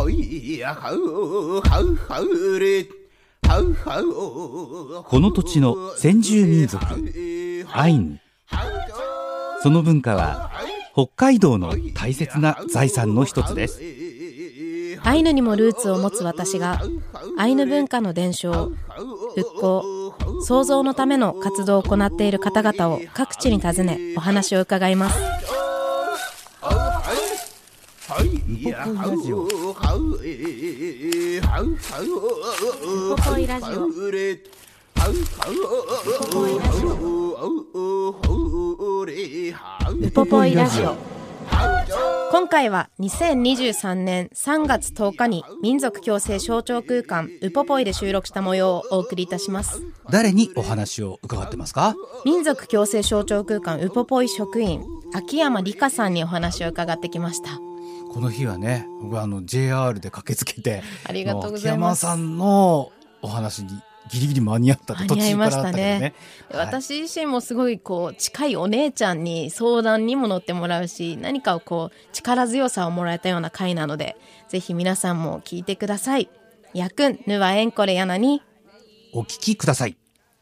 この土地の先住民族アイヌ、その文化は北海道の大切な財産の一つです。 アイヌにもルーツを持つ私がアイヌ文化の伝承、復興、創造のための活動を行っている方々を各地に訪ねお話を伺います。 ウポポイラジオ。 ウポポイラジオ。ウポポイラジオ。今回は2023年3月10日に民族共生象徴空間ウポポイで収録した模様をお送りいたします。 誰にお話を伺ってますか？ 民族共生象徴空間ウポポイ職員秋山理香さんにお話を伺ってきました。 この日はね、僕はJR で駆けつけて、 ありがとうございます。 秋山さんのお話にギリギリ間に合ったって途中からあったけどね。 私自身もすごい近いお姉ちゃんに相談にも乗ってもらうし、何かを力強さをもらえたような回なので、ぜひ皆さんも聞いてください。やくんぬはえんこれやなにお聞きください。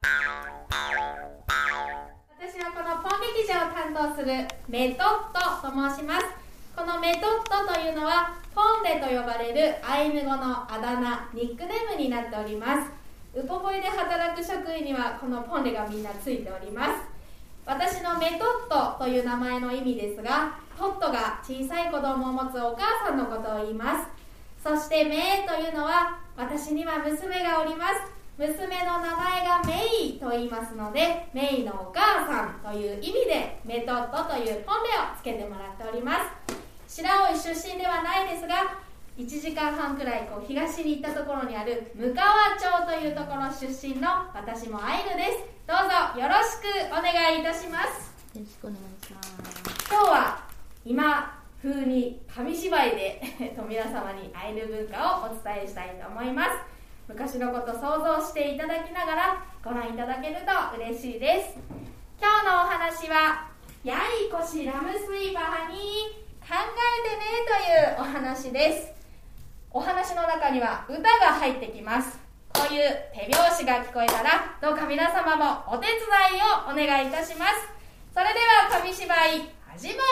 私はこのポン劇場を担当するメトットと申します。このメトットというのはポンレと呼ばれるアイヌ語のあだ名、ニックネームになっております。ウポポイで働く職員にはこのポンレがみんなついております。私のメトットという名前の意味ですが、トットが小さい子供を持つお母さんのことを言います。そしてメイというのは私には娘がおります。娘の名前がメイと言いますので、メイのお母さんという意味でメトットというポンレをつけてもらっております。白老出身ではないですが、1時間半くらい東に行ったところにある向川町というところ出身の私もアイヌです。どうぞよろしくお願いいたします。 よろしくお願いします。 今日は今風に紙芝居で皆様にアイヌ文化をお伝えしたいと思います。昔のこと想像していただきながらご覧いただけると嬉しいです。今日のお話はやいこしラムスイバハに考えてねというお話です。お話の中には歌が入ってきます。こういう手拍子が聞こえたらどうか皆様もお手伝いをお願いいたします。それでは紙芝居始まり。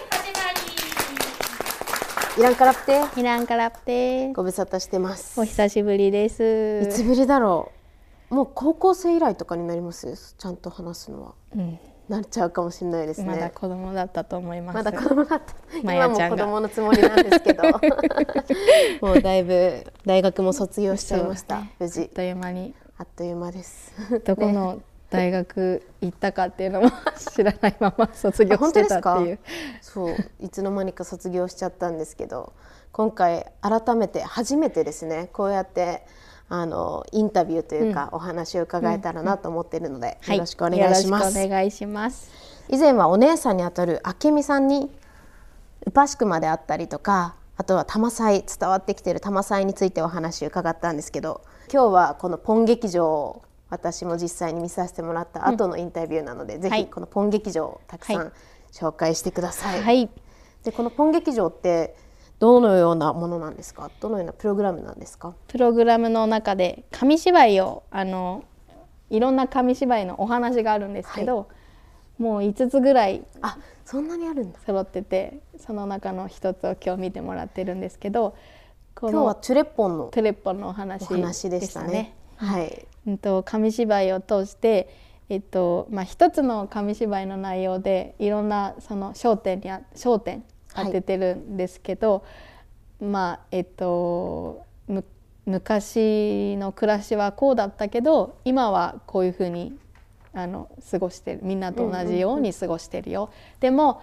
イランカラプテイランカラプテご無沙汰してます。 お久しぶりです。 いつぶりだろう。もう高校生以来とかになります。ちゃんと話すのは、なっちゃうかもしれないですね。 まだ子供だったと思います。 まだ子供だった。今も子供のつもりなんですけどもうだいぶ大学も卒業しちゃいました、無事。 あっという間に。 あっという間ですどこの大学行ったかっていうのも知らないまま卒業してたっていう。 そう、いつの間にか卒業しちゃったんですけど、今回改めて初めてですね、こうやってインタビューというか、お話を伺えたらなと思っているので、よろしくお願いします。 よろしくお願いします。 以前はお姉さんにあたる明美さんにウパシクマであったりとか、あとは玉祭、伝わってきている玉祭についてお話を伺ったんですけど、今日はこのポン劇場を私も実際に見させてもらった後のインタビューなので、ぜひこのポン劇場をたくさん紹介してください。でこのポン劇場ってどのようなものなんですか？どのようなプログラムなんですか？ プログラムの中で紙芝居をいろんな紙芝居のお話があるんですけど、もう5つぐらいそんなにあるんだ揃ってて、その中の一つを今日見てもらってるんですけど、 今日はトゥレッポンのお話でしたね。 紙芝居を通して、一つの紙芝居の内容でいろんなその焦点当ててるんですけど、昔の暮らしはこうだったけど今はこういうふうに過ごしてる、みんなと同じように過ごしてるよ、でも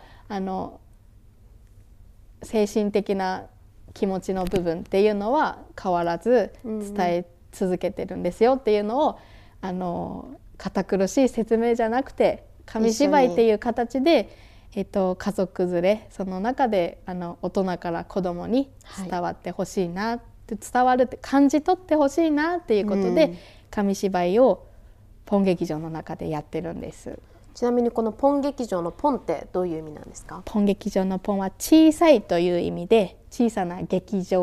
精神的な気持ちの部分っていうのは変わらず伝え続けてるんですよっていうのを堅苦しい説明じゃなくて紙芝居っていう形で家族連れ、その中で大人から子供に伝わってほしいなって、伝わるって感じ取ってほしいなっていうことで、紙芝居をポン劇場の中でやってるんです。 ちなみにこのポン劇場のポンってどういう意味なんですか？ ポン劇場のポンは小さいという意味で、小さな劇場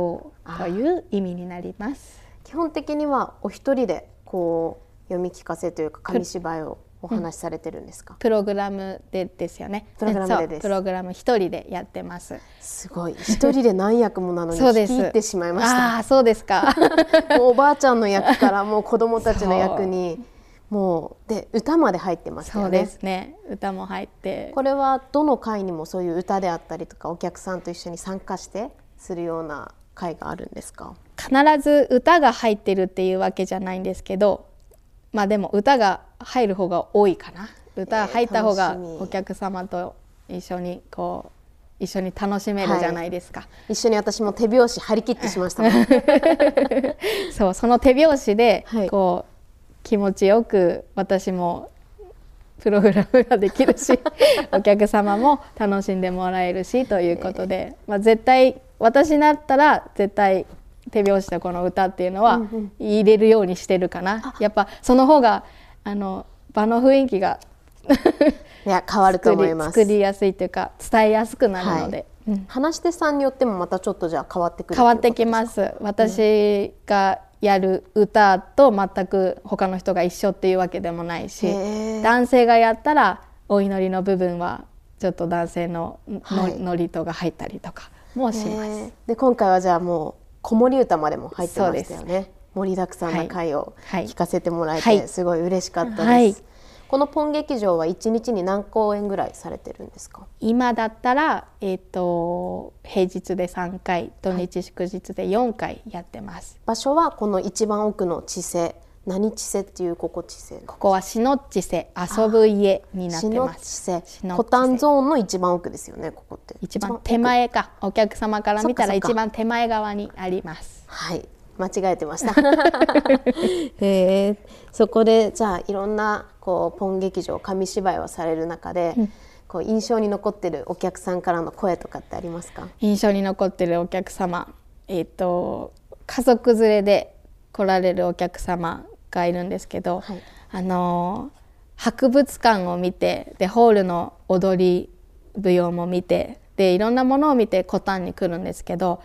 という意味になります。 基本的にはお一人でこう読み聞かせというか紙芝居をお話しされてるんですか？ プログラムでですよね。 プログラムでです。 プログラム一人でやってます。 すごい。一人で何役もなのに聞き入ってしまいました。 ああ、そうですか。 もうおばあちゃんの役からもう子供たちの役にもうで歌まで入ってますよね。 そうですね。歌も入って。 これはどの回にもそういう歌であったりとかお客さんと一緒に参加してするような回があるんですか？ 必ず歌が入ってるっていうわけじゃないんですけど、まあでも歌が入る方が多いかな。歌が入った方がお客様と一緒に一緒に楽しめるじゃないですか。 一緒に私も手拍子張り切ってしましたもん。 その手拍子で気持ちよく私もプログラムができるしお客様も楽しんでもらえるしということで、絶対私だったら絶対手拍子とこの歌っていうのは入れるようにしてるかな。やっぱその方が場の雰囲気がいや変わると思います。 作りやすいというか伝えやすくなるので、 話し手さんによってもまたちょっとじゃあ変わってくる。 変わってきます。私がやる歌と全く他の人が一緒っていうわけでもないし、男性がやったらお祈りの部分はちょっと男性のノリとが入ったりとかもします。 で今回はじゃあもう子守歌までも入ってましたよね。盛りだくさんな回を聞かせてもらえてすごい嬉しかったです。このポン劇場は1日に何公演ぐらいされてるんですか？ 今だったら、平日で3回土日祝日で4回やってます。 場所はこの一番奥の地勢、何地勢っていうここ地勢？ ここはしのっちせ遊ぶ家になってます。 コタンゾーンの一番奥ですよね。ここって一番手前か。お客様から見たら一番手前側にあります。 はい、間違えてました。そこでじゃあいろんなポン劇場紙芝居をされる中で、印象に残ってるお客さんからの声とかってありますか？ 印象に残ってるお客様、家族連れで来られるお客様がいるんですけど、博物館を見てでホールの踊り舞踊も見てでいろんなものを見てコタンに来るんですけど、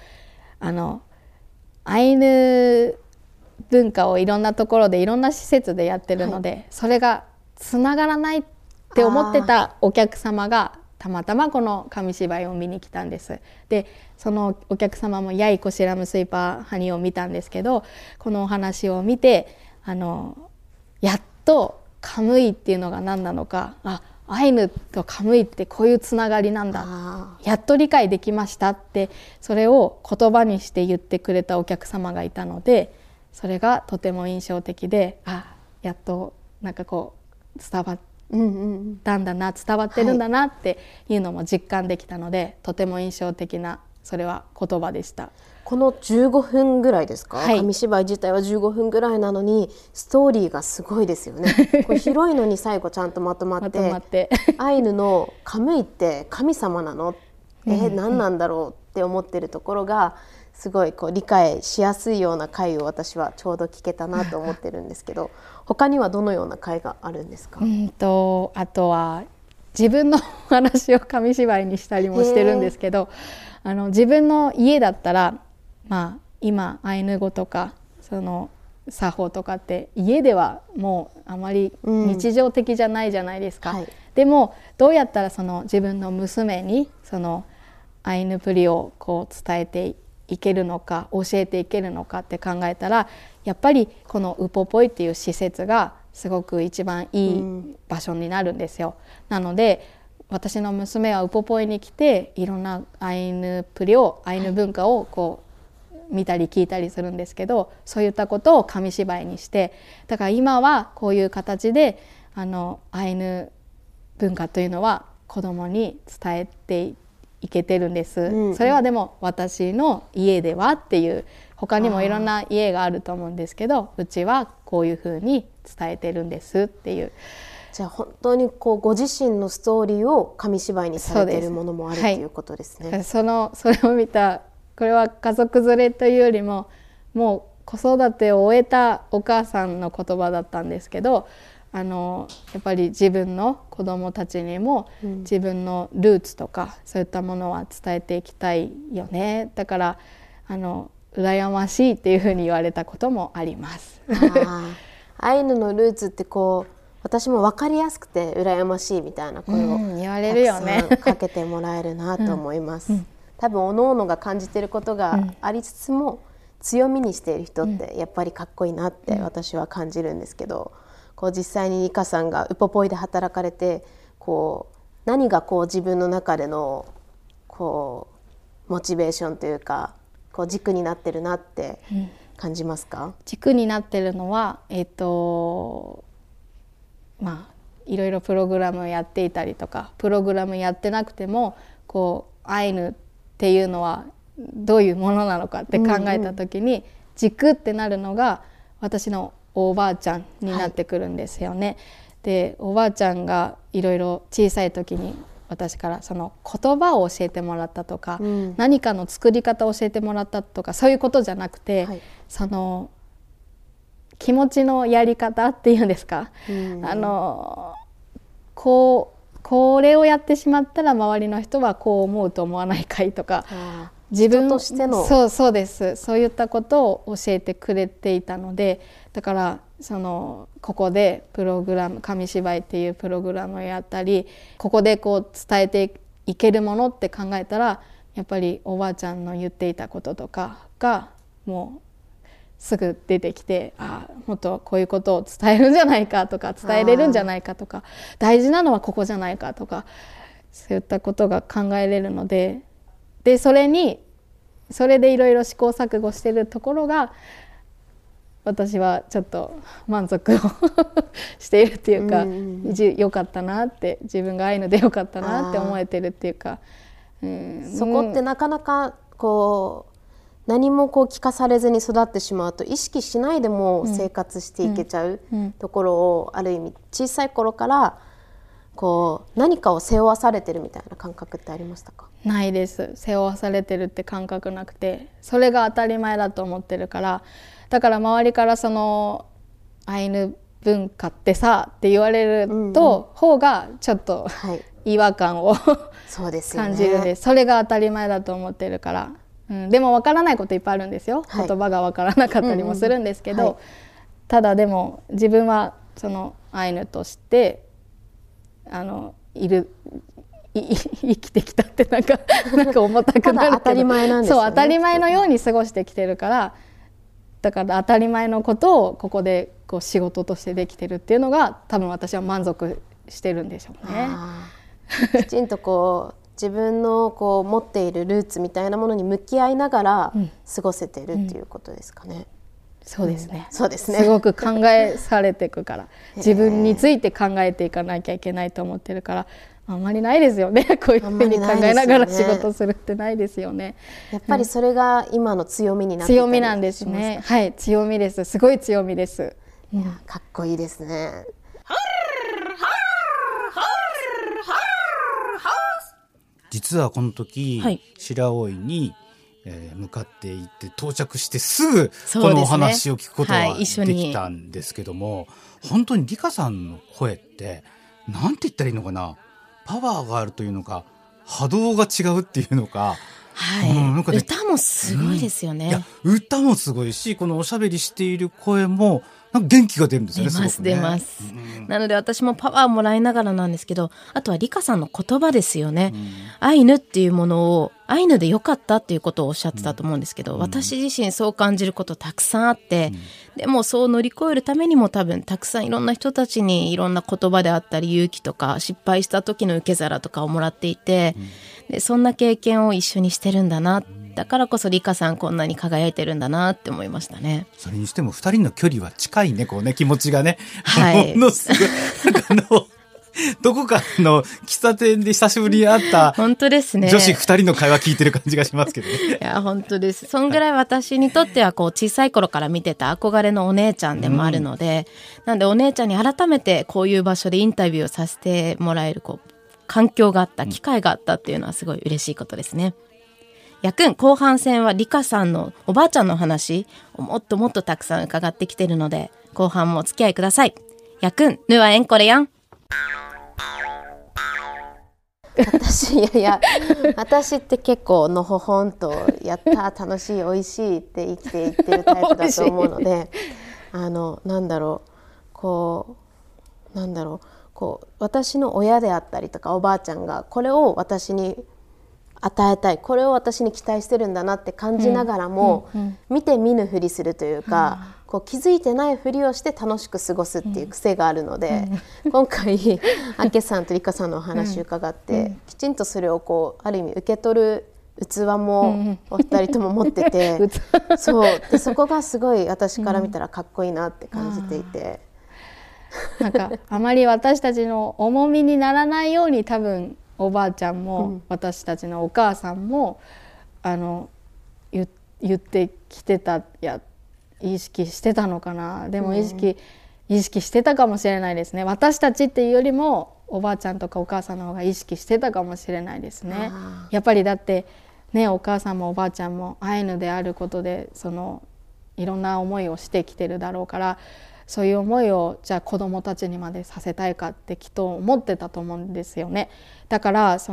アイヌ文化をいろんなところでいろんな施設でやってるので、それがつながらないって思ってたお客様がたまたまこの紙芝居を見に来たんです。でそのお客様もやいこしらむスイパーハニーを見たんですけど、このお話を見てやっとカムイっていうのが何なのか、アイヌとカムイってこういうつながりなんだ、やっと理解できましたってそれを言葉にして言ってくれたお客様がいたので、それがとても印象的で、やっとなんか伝わったんだな、伝わってるんだなっていうのも実感できたので、とても印象的なそれは言葉でした。 この15分ぐらいですか？紙芝居自体は15分ぐらいなのにストーリーがすごいですよね。これ広いのに最後ちゃんとまとまってアイヌのカムイって神様なの？何なんだろうって思ってるところがすごい理解しやすいような回を私はちょうど聞けたなと思ってるんですけど他にはどのような回があるんですか？ あとは自分の話を紙芝居にしたりもしてるんですけど、自分の家だったら今アイヌ語とかその作法とかって家ではもうあまり日常的じゃないじゃないですか。でもどうやったらその自分の娘にそのアイヌプリを伝えていけるのか教えていけるのかって考えたら、やっぱりこのウポポイっていう施設がすごく一番いい場所になるんですよ。なので私の娘はウポポイに来ていろんなアイヌプリをアイヌ文化を見たり聞いたりするんですけど、そういったことを紙芝居にして、だから今はこういう形でアイヌ文化というのは子供に伝えていけてるんです、それはでも私の家ではっていう、他にもいろんな家があると思うんですけど、うちはこういうふうに伝えてるんですっていう。 じゃあ本当にご自身のストーリーを紙芝居にされているものもあるということですね。 それを見た、これは家族連れというよりももう子育てを終えたお母さんの言葉だったんですけど、やっぱり自分の子供たちにも自分のルーツとかそういったものは伝えていきたいよね。だから羨ましいっていうふうに言われたこともあります。 アイヌのルーツってこう私も分かりやすくて羨ましいみたいな声を言われるよね。 たくさんかけてもらえるなと思います。多分おのおのが感じていることがありつつも、強みにしている人ってやっぱりかっこいいなって私は感じるんですけど、こう実際にリカさんがウポポイで働かれてこう何がこう自分の中でのこうモチベーションというかこう軸になってるなって感じますか？ 軸になってるのは、いろいろプログラムをやっていたりとか、プログラムやってなくてもこうアイヌっていうのはどういうものなのかって考えた時に、軸ってなるのが私のおばあちゃんになってくるんですよね。でおばあちゃんがいろいろ小さい時に私からその言葉を教えてもらったとか、何かの作り方を教えてもらったとか、そういうことじゃなくて、その気持ちのやり方っていうんですか、これをやってしまったら周りの人はこう思うと思わないかいとか、自分としてのそうです、そういったことを教えてくれていたので、だからここでプログラム紙芝居っていうプログラムをやったり、ここでこう伝えていけるものって考えたら、やっぱりおばあちゃんの言っていたこととかがもうすぐ出てきて、もっとこういうことを伝えるんじゃないかとか、伝えれるんじゃないかとか、大事なのはここじゃないかとか、そういったことが考えれるので、それでいろいろ試行錯誤してるところが私はちょっと満足をしているっていうか、よかったなって、自分がアイヌでよかったなって思えてるっていうか、 そこってなかなかこう何もこう聞かされずに育ってしまうと、意識しないでも生活していけちゃうところを、ある意味小さい頃からこう何かを背負わされてるみたいな感覚ってありましたか？ ないです。背負わされてるって感覚なくて、それが当たり前だと思ってるから、だから周りからそのアイヌ文化ってさって言われると、方がちょっと違和感を感じるんです。それが当たり前だと思ってるから、でも分からないこといっぱいあるんですよ。言葉が分からなかったりもするんですけど、ただでも自分はそのアイヌとして生きてきたってなんか重たくなるけど、 当たり前なんですよね。 そう、当たり前のように過ごしてきてるから、だから当たり前のことをここでこう仕事としてできてるっていうのが、多分私は満足してるんでしょうね。 きちんとこう自分のこう持っているルーツみたいなものに向き合いながら過ごせてるっていうことですかね。 そうですね。 そうですね。 すごく考えされていくから、自分について考えていかなきゃいけないと思ってるから、あんまりないですよね。こういうふうに考えながら仕事するってないですよね。 やっぱりそれが今の強みになっていたりしますか？強みなんですね。 はい、強みです。すごい強みです。 いや、かっこいいですね。 実はこの時、白老に向かっていって到着してすぐこのお話を聞くことができたんですけども、本当にリカさんの声ってなんて言ったらいいのかな、パワーがあるというのか波動が違うっていうのか、 なんかね、歌もすごいですよね。 いや、歌もすごいし、このおしゃべりしている声もなんか元気が出るんですよね。 出ます、なので私もパワーもらいながらなんですけど、あとはリカさんの言葉ですよね。アイヌっていうものをアイヌでよかったっていうことをおっしゃってたと思うんですけど、私自身そう感じることたくさんあって、でもそう乗り越えるためにも多分たくさんいろんな人たちにいろんな言葉であったり勇気とか失敗した時の受け皿とかをもらっていて、でそんな経験を一緒にしてるんだな、だからこそリカさんこんなに輝いてるんだなって思いましたね。 それにしても2人の距離は近いね、こうね、気持ちがね、ものすごいどこかの喫茶店で久しぶりに会った本当ですね、 女子2人の会話聞いてる感じがしますけどね。 いや本当です。そんぐらい私にとってはこう小さい頃から見てた憧れのお姉ちゃんでもあるので、なんでお姉ちゃんに改めてこういう場所でインタビューをさせてもらえるこう環境があった、機会があったっていうのはすごい嬉しいことですね。やくん、後半戦はリカさんのおばあちゃんの話をもっともっとたくさん伺ってきてるので、後半もお付き合いください。やくん、ぬはえんこれやん。 私って結構のほほんとやった楽しい美味しいって生きていってるタイプだと思うので私の親であったりとかおばあちゃんがこれを私に与えたい、これを私に期待してるんだなって感じながらも、見て見ぬふりするというか、気づいてないふりをして楽しく過ごすっていう癖があるので、今回あけさんとりかさんのお話を伺って、きちんとそれをある意味受け取る器もお二人とも持っててそこがすごい私から見たらかっこいいなって感じていて、 なんかあまり私たちの重みにならないように多分おばあちゃんも、私たちのお母さんも言ってきてた、意識してたのかな。でも意識してたかもしれないですね。私たちっていうよりもおばあちゃんとかお母さんの方が意識してたかもしれないですね。やっぱりだってね、お母さんもおばあちゃんもアイヌであることでいろんな思いをしてきてるだろうから、そういう思いをじゃあ子どもたちにまでさせたいかってきっと思ってたと思うんですよね。だからあ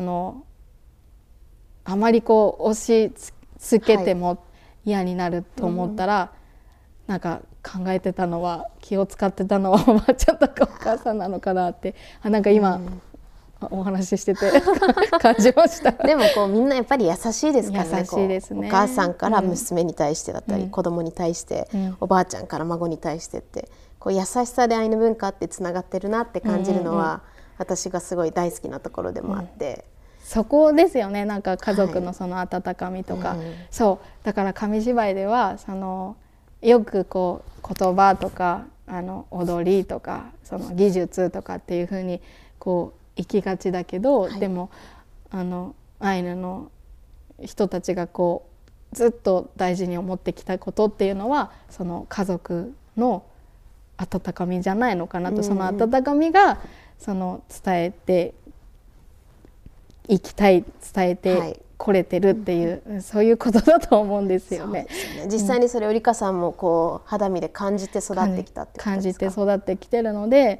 まり押し付けても嫌になると思ったら、なんか考えてたのは、気を使ってたのはおばあちゃんとかお母さんなのかなって、なんか今、お話ししてて感じました。 でもみんなやっぱり優しいですからね。 優しいですね。 お母さんから娘に対してだったり、子供に対して、おばあちゃんから孫に対してって優しさでアイヌ文化ってつながってるなって感じるのは、私がすごい大好きなところでもあって、 そこですよね。なんか家族のその温かみとか、そうだから紙芝居ではよく言葉とか踊りとか技術とかっていう風に行きがちだけど、でもアイヌの人たちがずっと大事に思ってきたことっていうのは家族の温かみじゃないのかなと、その温かみが伝えていきたい、伝えてこれてるっていう、そういうことだと思うんですよね。 実際にそれをりかさんも肌身で感じて育ってきたってことですか？ 感じて育ってきてるので、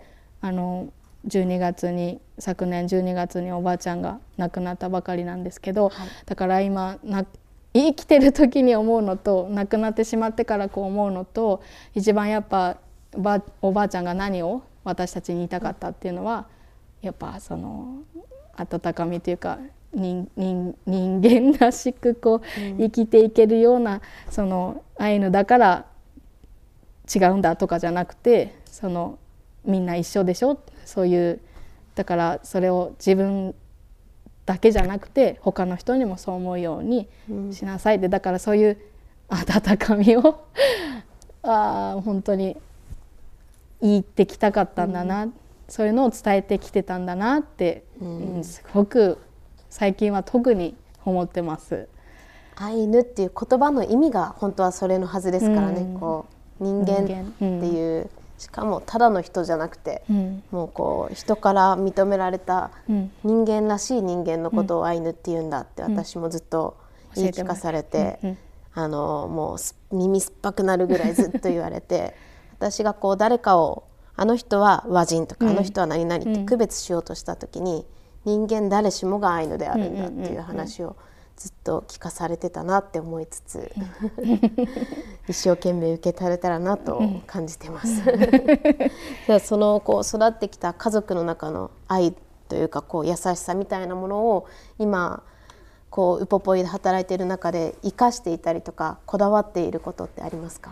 昨年12月におばあちゃんが亡くなったばかりなんですけど、だから今生きてる時に思うのと亡くなってしまってから思うのと、一番やっぱおばあちゃんが何を私たちに言いたかったっていうのは、やっぱ温かみというか人間らしく生きていけるようなアイヌだから違うんだとかじゃなくて、みんな一緒でしょ、そういうだからそれを自分だけじゃなくて他の人にもそう思うようにしなさいって、だからそういう温かみを本当に言ってきたかったんだな、そういうのを伝えてきてたんだなって、すごく最近は特に思ってます。 アイヌっていう言葉の意味が本当はそれのはずですからね、人間っていう、しかもただの人じゃなくて、もう人から認められた人間らしい人間のことをアイヌっていうんだって私もずっと言い聞かされて、もう耳酸っぱくなるぐらいずっと言われて私が誰かをあの人は和人とか、あの人は何々って区別しようとした時に、人間誰しもがアイヌであるんだっていう話をずっと聞かされてたなって思いつつ一生懸命受け取れたらなと感じてます。でその育ってきた家族の中の愛というか優しさみたいなものを今ウポポイで働いている中で生かしていたりとかこだわっていることってありますか？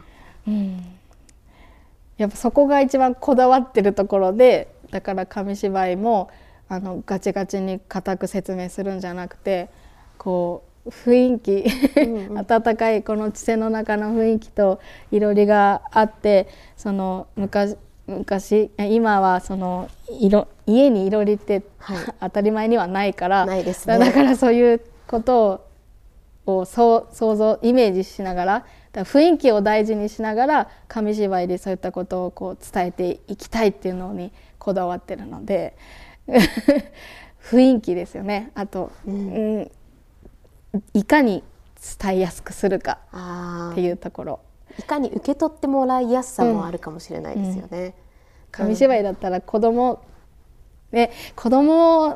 やっぱそこが一番こだわってるところで、だから紙芝居もガチガチに固く説明するんじゃなくて、雰囲気温かいこの地勢の中の雰囲気といろりがあって、昔今は家にいろりって当たり前にはないから、 ないですね。 だからそういうことを想像イメージしながら、雰囲気を大事にしながら紙芝居でそういったことを伝えていきたいっていうのにこだわってるので雰囲気ですよね。あと、いかに伝えやすくするかっていうところ、 いかに受け取ってもらいやすさもあるかもしれないですよね。 紙芝居だったら子供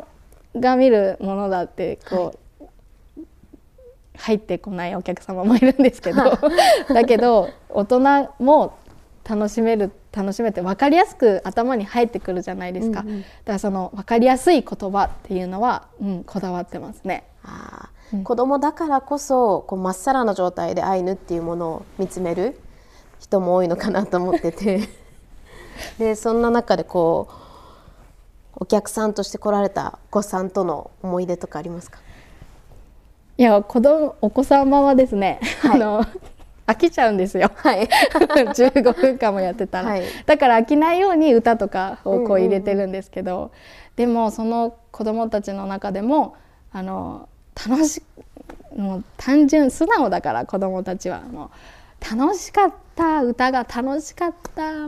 が見るものだってこう、入ってこないお客様もいるんですけどだけど大人も楽しめて分かりやすく頭に入ってくるじゃないですか、だからその分かりやすい言葉っていうのは、こだわってますね。 子供だからこそこうまっさらな状態でアイヌっていうものを見つめる人も多いのかなと思っててでそんな中でこうお客さんとして来られたお子さんとの思い出とかありますか？ いやお子様はですね、飽きちゃうんですよ、15分間もやってたら、だから飽きないように歌とかをこう入れてるんですけど、でもその子どもたちの中でももう単純素直だから、子どもたちはもう楽しかった、歌が楽しかった、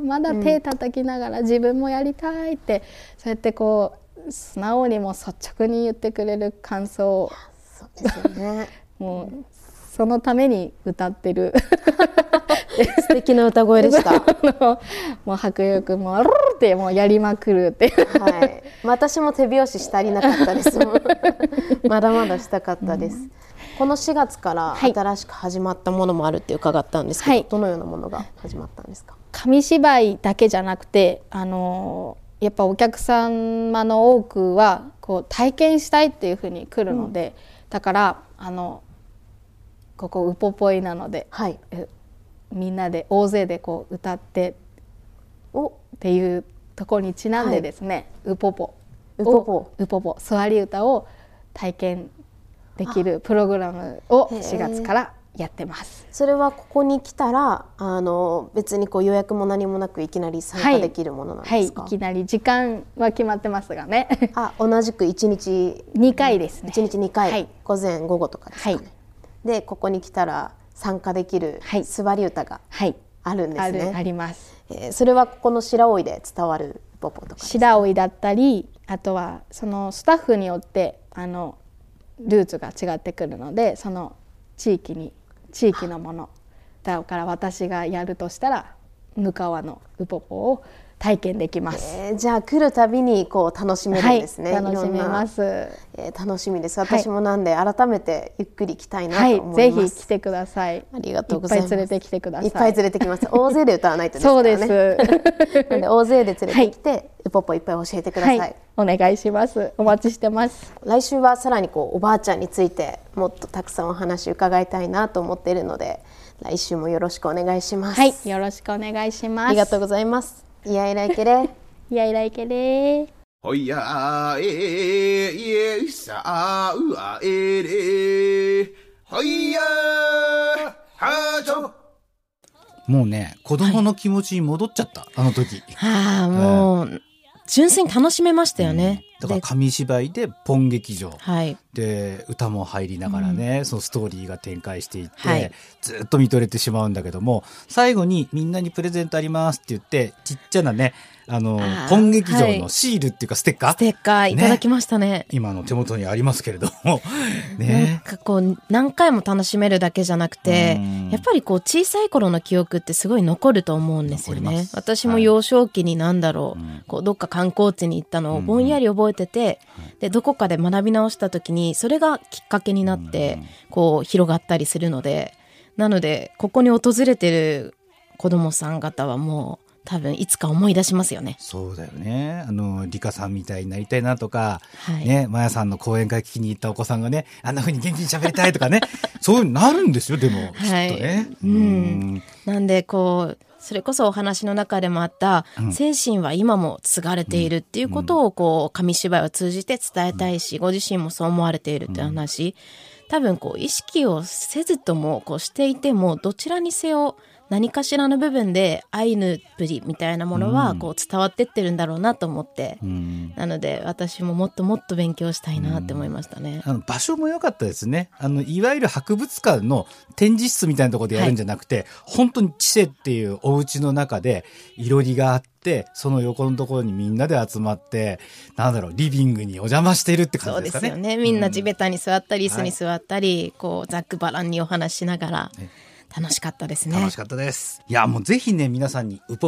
まだ手叩きながら自分もやりたいって、そうやってこう素直にも率直に言ってくれる感想をそうですよねもうそのために歌ってる素敵な歌声でしたもう迫力もあるってもうやりまくるって私も手拍子したりなかったですまだまだしたかったです、この4月から新しく始まったものもあるって伺ったんですけど、どのようなものが始まったんですか？ 紙芝居だけじゃなくて、やっぱお客様の多くはこう体験したいっていうふうに来るので、だからここウポポイなので、みんなで大勢でこう歌ってっていうところにちなんでですね、ウポポ座り歌を体験できるプログラムを4月からやってます。 それはここに来たら別にこう予約も何もなくいきなり参加できるものなんですか？ いきなり時間は決まってますがね同じく1日 2回ですね。 1日2回、午前午後とかですかね、でここに来たら参加できる座り歌があるんですね。 あります、 それはここの白老で伝わるポポとかですか？ 白老だったり、あとはそのスタッフによってルーツが違ってくるので、その地域のものだから、私がやるとしたらぬかわのウポポを体験できます、 じゃあ来るたびにこう楽しめるんですね。 楽しめます、 楽しみです。私もなんで改めてゆっくり来たいなと思います、 ぜひ来てください。 ありがとうございます。 いっぱい連れてきてください。 いっぱい連れてきます。大勢で歌わないとですからね。 そうですなんで大勢で連れてきて、ウポポいっぱい教えてください、 お願いします。お待ちしてます。 来週はさらにこうおばあちゃんについてもっとたくさんお話伺いたいなと思っているので、来週もよろしくお願いします。 よろしくお願いします。 ありがとうございます。いやいらいけれいやいらいけれほいやいさあうあれほいやはちょ。 もうね、子供の気持ちに戻っちゃった、あの時。 もう純粋に楽しめましたよね、 だから紙芝居でポン劇場、で歌も入りながらね、そのストーリーが展開していって、ずっと見とれてしまうんだけども、最後にみんなにプレゼントありますって言ってちっちゃなね、ポン劇場のシールっていうかステッカー、 いただきましたね。 今の手元にありますけれどもね、なんかこう何回も楽しめるだけじゃなくて、やっぱりこう小さい頃の記憶ってすごい残ると思うんですよね。私も幼少期にこうどっか観光地に行ったのをぼんやり覚えてて、でどこかで学び直した時にそれがきっかけになってこう広がったりするので、なのでここに訪れてる子どもさん方はもう多分いつか思い出しますよね。 そうだよね。リカさんみたいになりたいなとか、ね、マヤさんの講演会聞きに行ったお子さんがね、あんな風に元気に喋りたいとかねそういうのなるんですよ、でもきっとね。 なんでこうそれこそお話の中でもあった精神は今も継がれているっていうことをこう紙芝居を通じて伝えたいし、ご自身もそう思われているって話、多分こう意識をせずともこうしていても、どちらにせよ何かしらの部分でアイヌぶりみたいなものはこう伝わってってるんだろうなと思って、なので私ももっともっと勉強したいなって思いましたね。 場所も良かったですね。いわゆる博物館の展示室みたいなところでやるんじゃなくて、本当にチセっていうお家の中でいろりがあって、その横のところにみんなで集まって、リビングにお邪魔しているって感じですかね。 そうですよね。みんな地べたに座ったり椅子に座ったり、こうざっくばらんにお話しながら、楽しかったですね。 楽しかったです。いや、もうぜひね、皆さんにウポポイ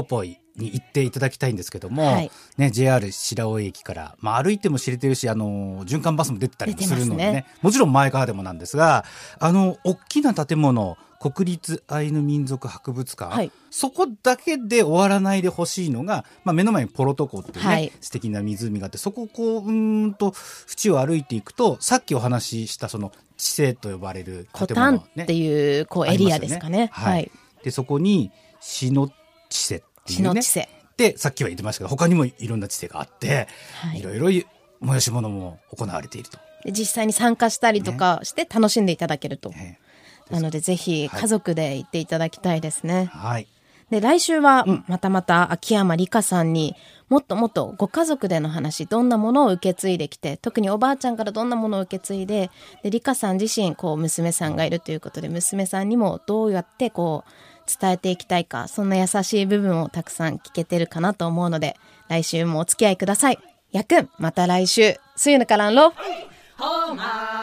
に行っていただきたいんですけども、 はい、 ね、JR 白老駅から、歩いても知れてるし、循環バスも出てたりもするのでね、もちろん前川でもなんですが、大きな建物、国立アイヌ民族博物館、はい、そこだけで終わらないでほしいのが、目の前にポロト湖っていうね、はい、素敵な湖があって、そこをこう縁を歩いていくと、さっきお話ししたその地勢と呼ばれる建物、ね、コタンっていうエリアですかね。 はい。でそこに篠地勢っていうね。でさっきは言ってましたけど、他にもいろんな地勢があって、はい、いろいろ催し物も行われていると。 で実際に参加したりとかして楽しんでいただけると。なのでぜひ家族で行っていただきたいですね。 はい。 で来週はまた秋山里香さんにもっともっとご家族での話、どんなものを受け継いできて、特におばあちゃんからどんなものを受け継いで、里香さん自身娘さんがいるということで、娘さんにもどうやって伝えていきたいか、そんな優しい部分をたくさん聞けてるかなと思うので、来週もお付き合いください。やくん、また来週。See you in the Kalanlo.